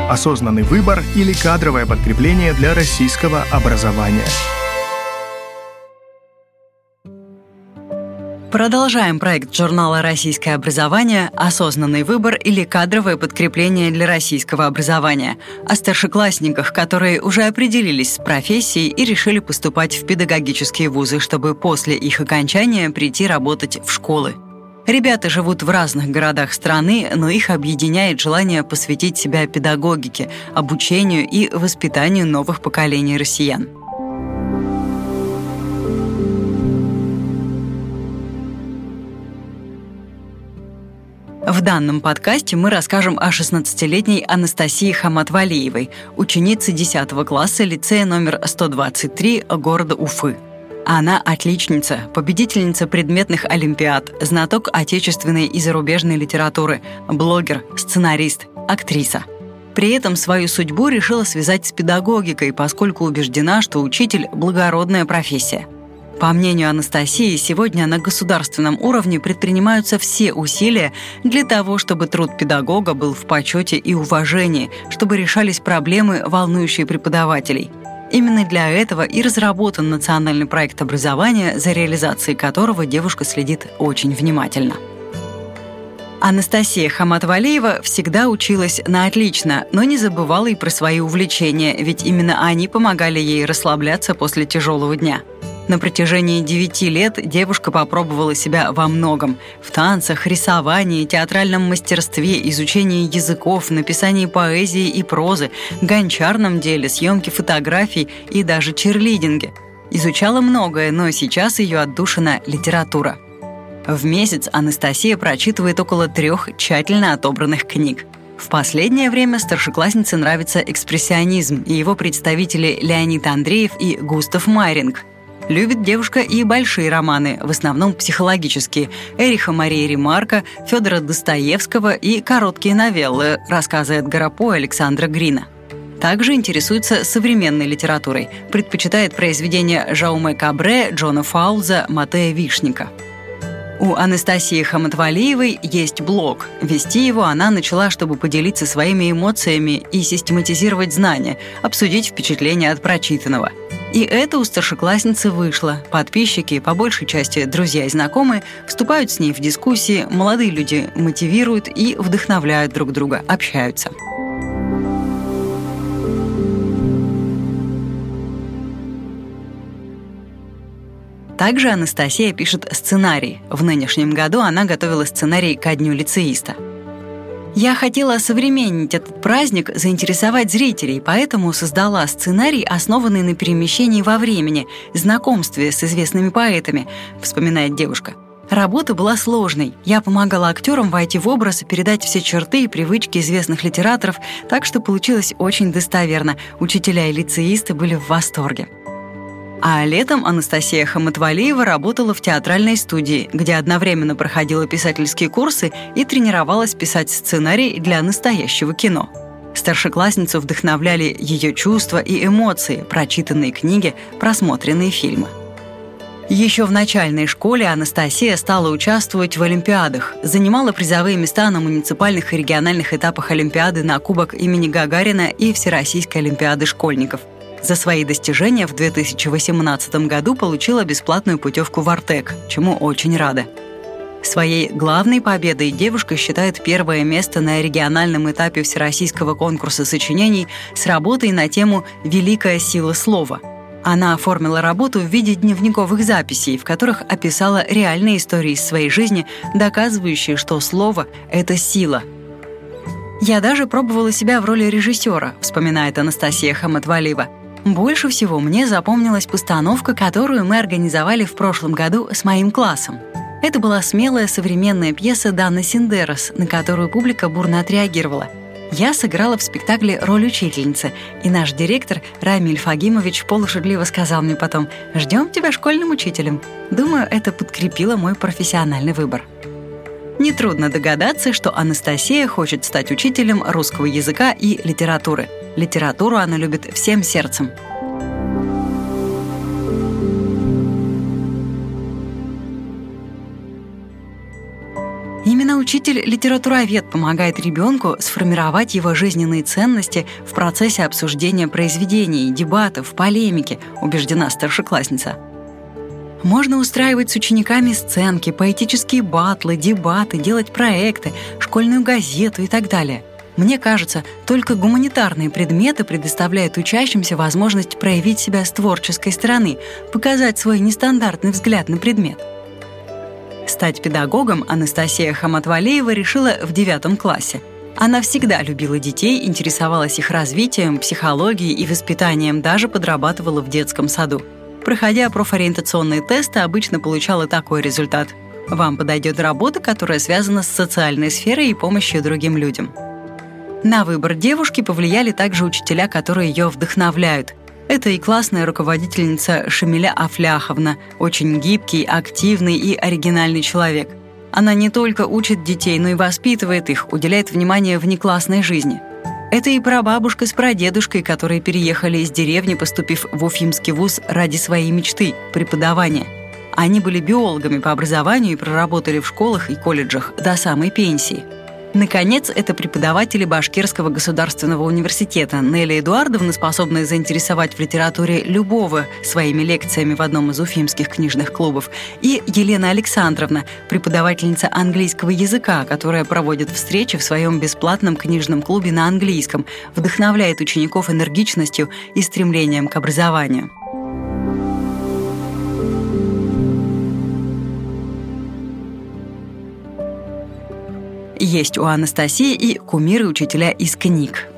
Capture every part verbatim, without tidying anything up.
Осознанный выбор или кадровое подкрепление для российского образования. Продолжаем проект журнала «Российское образование. Осознанный выбор или кадровое подкрепление для российского образования» о старшеклассниках, которые уже определились с профессией и решили поступать в педагогические вузы, чтобы после их окончания прийти работать в школы. Ребята живут в разных городах страны, но их объединяет желание посвятить себя педагогике, обучению и воспитанию новых поколений россиян. В данном подкасте мы расскажем о шестнадцатилетней Анастасии Хаматвалиевой, ученице десятого класса лицея номер сто двадцать три города Уфы. Она отличница, победительница предметных олимпиад, знаток отечественной и зарубежной литературы, блогер, сценарист, актриса. При этом свою судьбу решила связать с педагогикой, поскольку убеждена, что учитель – благородная профессия. По мнению Анастасии, сегодня на государственном уровне предпринимаются все усилия для того, чтобы труд педагога был в почете и уважении, чтобы решались проблемы, волнующие преподавателей. Именно для этого и разработан национальный проект образования, за реализацией которого девушка следит очень внимательно. Анастасия Хаматвалиева всегда училась на отлично, но не забывала и про свои увлечения, ведь именно они помогали ей расслабляться после тяжелого дня. На протяжении девяти лет девушка попробовала себя во многом – в танцах, рисовании, театральном мастерстве, изучении языков, написании поэзии и прозы, гончарном деле, съемке фотографий и даже черлидинге. Изучала многое, но сейчас ее отдушина – литература. В месяц Анастасия прочитывает около трех тщательно отобранных книг. В последнее время старшекласснице нравится экспрессионизм и его представители Леонид Андреев и Густав Майринг. Любит девушка и большие романы, в основном психологические, Эриха Марии Ремарка, Федора Достоевского и короткие новеллы, рассказы Эдгара По, Александра Грина. Также интересуется современной литературой, предпочитает произведения Жауме Кабре, Джона Фаулза, Матея Вишника. У Анастасии Хаматвалиевой есть блог. Вести его она начала, чтобы поделиться своими эмоциями и систематизировать знания, обсудить впечатления от прочитанного. И это у старшеклассницы вышло. Подписчики, по большей части друзья и знакомые, вступают с ней в дискуссии, молодые люди мотивируют и вдохновляют друг друга, общаются. Также Анастасия пишет сценарий. В нынешнем году она готовила сценарий ко Дню лицеиста. Я хотела осовременить этот праздник, заинтересовать зрителей, поэтому создала сценарий, основанный на перемещении во времени, знакомстве с известными поэтами, вспоминает девушка. Работа была сложной. Я помогала актерам войти в образ и передать все черты и привычки известных литераторов, так что получилось очень достоверно. Учителя и лицеисты были в восторге. А летом Анастасия Хаматвалиева работала в театральной студии, где одновременно проходила писательские курсы и тренировалась писать сценарий для настоящего кино. Старшеклассницу вдохновляли ее чувства и эмоции, прочитанные книги, просмотренные фильмы. Еще в начальной школе Анастасия стала участвовать в олимпиадах, занимала призовые места на муниципальных и региональных этапах олимпиады на Кубок имени Гагарина и Всероссийской олимпиады школьников. За свои достижения в две тысячи восемнадцатом году получила бесплатную путевку в Артек, чему очень рада. Своей главной победой девушка считает первое место на региональном этапе Всероссийского конкурса сочинений с работой на тему «Великая сила слова». Она оформила работу в виде дневниковых записей, в которых описала реальные истории из своей жизни, доказывающие, что слово — это сила. «Я даже пробовала себя в роли режиссера», — вспоминает Анастасия Хаматвалиева. «Больше всего мне запомнилась постановка, которую мы организовали в прошлом году с моим классом. Это была смелая современная пьеса Даны Синдерос, на которую публика бурно отреагировала. Я сыграла в спектакле роль учительницы, и наш директор Рамиль Фагимович полушутливо сказал мне потом: «Ждем тебя школьным учителем». Думаю, это подкрепило мой профессиональный выбор». Нетрудно догадаться, что Анастасия хочет стать учителем русского языка и литературы. Литературу она любит всем сердцем. Именно Учитель-литературовед помогает ребенку сформировать его жизненные ценности в процессе обсуждения произведений, дебатов, полемики, убеждена старшеклассница. Можно устраивать с учениками сценки, поэтические батлы, дебаты, делать проекты, школьную газету и так далее. Мне кажется, только гуманитарные предметы предоставляют учащимся возможность проявить себя с творческой стороны, показать свой нестандартный взгляд на предмет. Стать педагогом Анастасия Хаматвалеева решила в девятом классе. Она всегда любила детей, интересовалась их развитием, психологией и воспитанием, даже подрабатывала в детском саду. Проходя профориентационные тесты, обычно получала такой результат. Вам подойдет работа, которая связана с социальной сферой и помощью другим людям. На выбор девушки повлияли также учителя, которые ее вдохновляют. Это и классная руководительница Шамиля Афляховна, очень гибкий, активный и оригинальный человек. Она не только учит детей, но и воспитывает их, уделяет внимание внеклассной жизни. Это и прабабушка с прадедушкой, которые переехали из деревни, поступив в Уфимский вуз ради своей мечты – преподавания. Они были биологами по образованию и проработали в школах и колледжах до самой пенсии. Наконец, это преподаватели Башкирского государственного университета Неля Эдуардовна, способная заинтересовать в литературе любого своими лекциями в одном из уфимских книжных клубов, и Елена Александровна, преподавательница английского языка, которая проводит встречи в своем бесплатном книжном клубе на английском, вдохновляет учеников энергичностью и стремлением к образованию. Есть у Анастасии и кумиры-учителя из книг.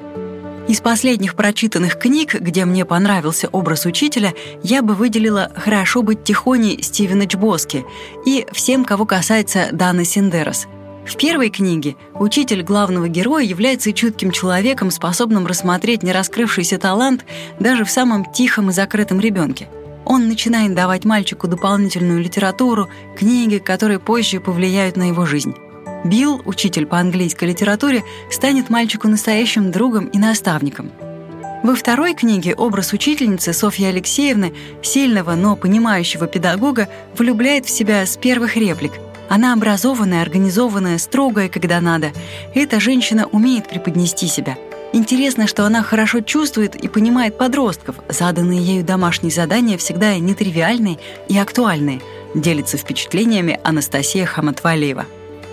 Из последних прочитанных книг, где мне понравился образ учителя, я бы выделила «Хорошо быть тихоней» Стивена Чбоски и «Всем, кого касается» Даны Синдерос. В первой книге учитель главного героя является чутким человеком, способным рассмотреть нераскрывшийся талант даже в самом тихом и закрытом ребенке. Он начинает давать мальчику дополнительную литературу, книги, которые позже повлияют на его жизнь. Билл, учитель по английской литературе, станет мальчику настоящим другом и наставником. Во второй книге образ учительницы Софьи Алексеевны, сильного, но понимающего педагога, влюбляет в себя с первых реплик. Она образованная, организованная, строгая, когда надо. Эта женщина умеет преподнести себя. Интересно, что она хорошо чувствует и понимает подростков. Заданные ею домашние задания всегда нетривиальные и актуальные, делится впечатлениями Анастасия Хаматвалеева.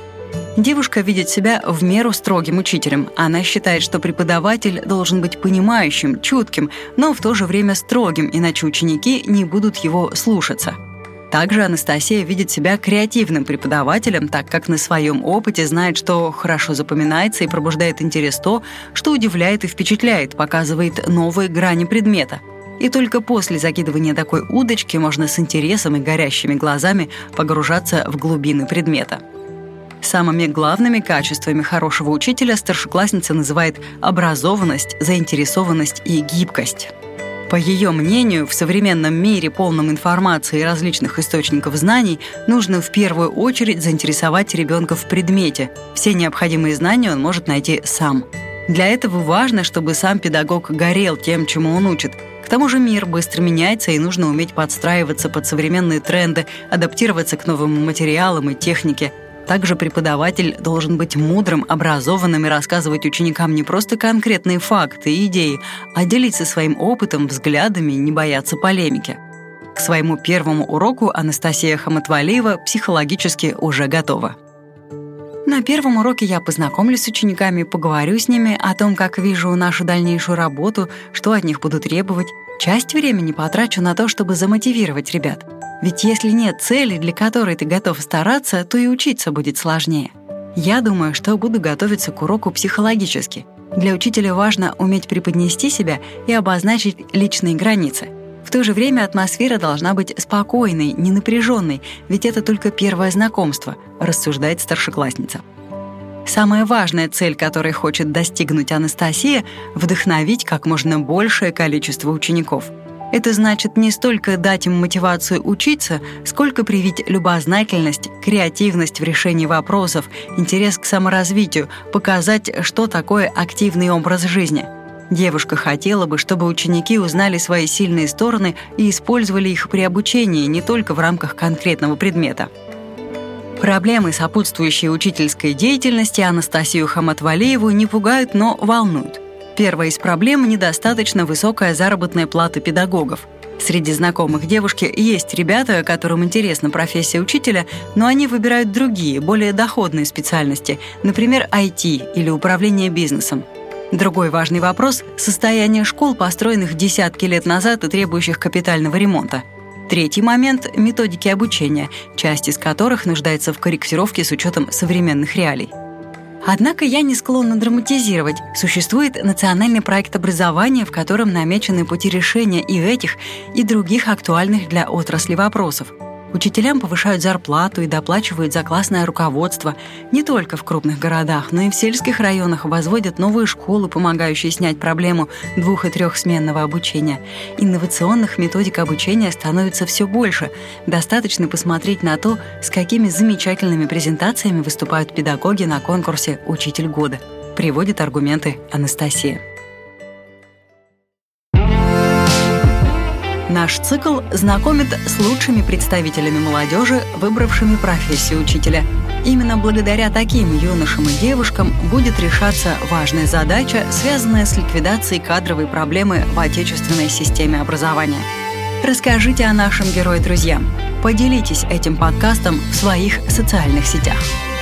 Девушка видит себя в меру строгим учителем. Она считает, что преподаватель должен быть понимающим, чутким, но в то же время строгим, иначе ученики не будут его слушаться. Также Анастасия видит себя креативным преподавателем, так как на своем опыте знает, что хорошо запоминается и пробуждает интерес то, что удивляет и впечатляет, показывает новые грани предмета. И только после закидывания такой удочки можно с интересом и горящими глазами погружаться в глубины предмета. Самыми главными качествами хорошего учителя старшеклассница называет образованность, заинтересованность и гибкость. По ее мнению, в современном мире, полном информации и различных источников знаний, нужно в первую очередь заинтересовать ребенка в предмете. Все необходимые знания он может найти сам. Для этого важно, чтобы сам педагог горел тем, чему он учит. К тому же мир быстро меняется, и нужно уметь подстраиваться под современные тренды, адаптироваться к новым материалам и технике. Также преподаватель должен быть мудрым, образованным и рассказывать ученикам не просто конкретные факты и идеи, а делиться своим опытом, взглядами, не бояться полемики. К своему первому уроку Анастасия Хаматвалеева психологически уже готова. На первом уроке я познакомлюсь с учениками, поговорю с ними о том, как вижу нашу дальнейшую работу, что от них буду требовать. Часть времени потрачу на то, чтобы замотивировать ребят. Ведь если нет цели, для которой ты готов стараться, то и учиться будет сложнее. Я думаю, что буду готовиться к уроку психологически. Для учителя важно уметь преподнести себя и обозначить личные границы. В то же время атмосфера должна быть спокойной, не напряженной, ведь это только первое знакомство, рассуждает старшеклассница. Самая важная цель, которой хочет достигнуть Анастасия – вдохновить как можно большее количество учеников. Это значит не столько дать им мотивацию учиться, сколько привить любознательность, креативность в решении вопросов, интерес к саморазвитию, показать, что такое активный образ жизни. Девушка хотела бы, чтобы ученики узнали свои сильные стороны и использовали их при обучении не только в рамках конкретного предмета. Проблемы, сопутствующие учительской деятельности, Анастасию Хаматвалиеву не пугают, но волнуют. Первая из проблем – недостаточно высокая заработная плата педагогов. Среди знакомых девушки есть ребята, которым интересна профессия учителя, но они выбирают другие, более доходные специальности, например, ай ти или управление бизнесом. Другой важный вопрос – состояние школ, построенных десятки лет назад и требующих капитального ремонта. Третий момент – методики обучения, часть из которых нуждается в корректировке с учетом современных реалий. Однако я не склонна драматизировать. Существует национальный проект образования, в котором намечены пути решения и этих, и других актуальных для отрасли вопросов. Учителям повышают зарплату и доплачивают за классное руководство. Не только в крупных городах, но и в сельских районах возводят новые школы, помогающие снять проблему двух- и трехсменного обучения. Инновационных методик обучения становится все больше. Достаточно посмотреть на то, с какими замечательными презентациями выступают педагоги на конкурсе «Учитель года». Приводит аргументы Анастасия. Наш цикл знакомит с лучшими представителями молодежи, выбравшими профессию учителя. Именно благодаря таким юношам и девушкам будет решаться важная задача, связанная с ликвидацией кадровой проблемы в отечественной системе образования. Расскажите о нашем герое друзьям. Поделитесь этим подкастом в своих социальных сетях.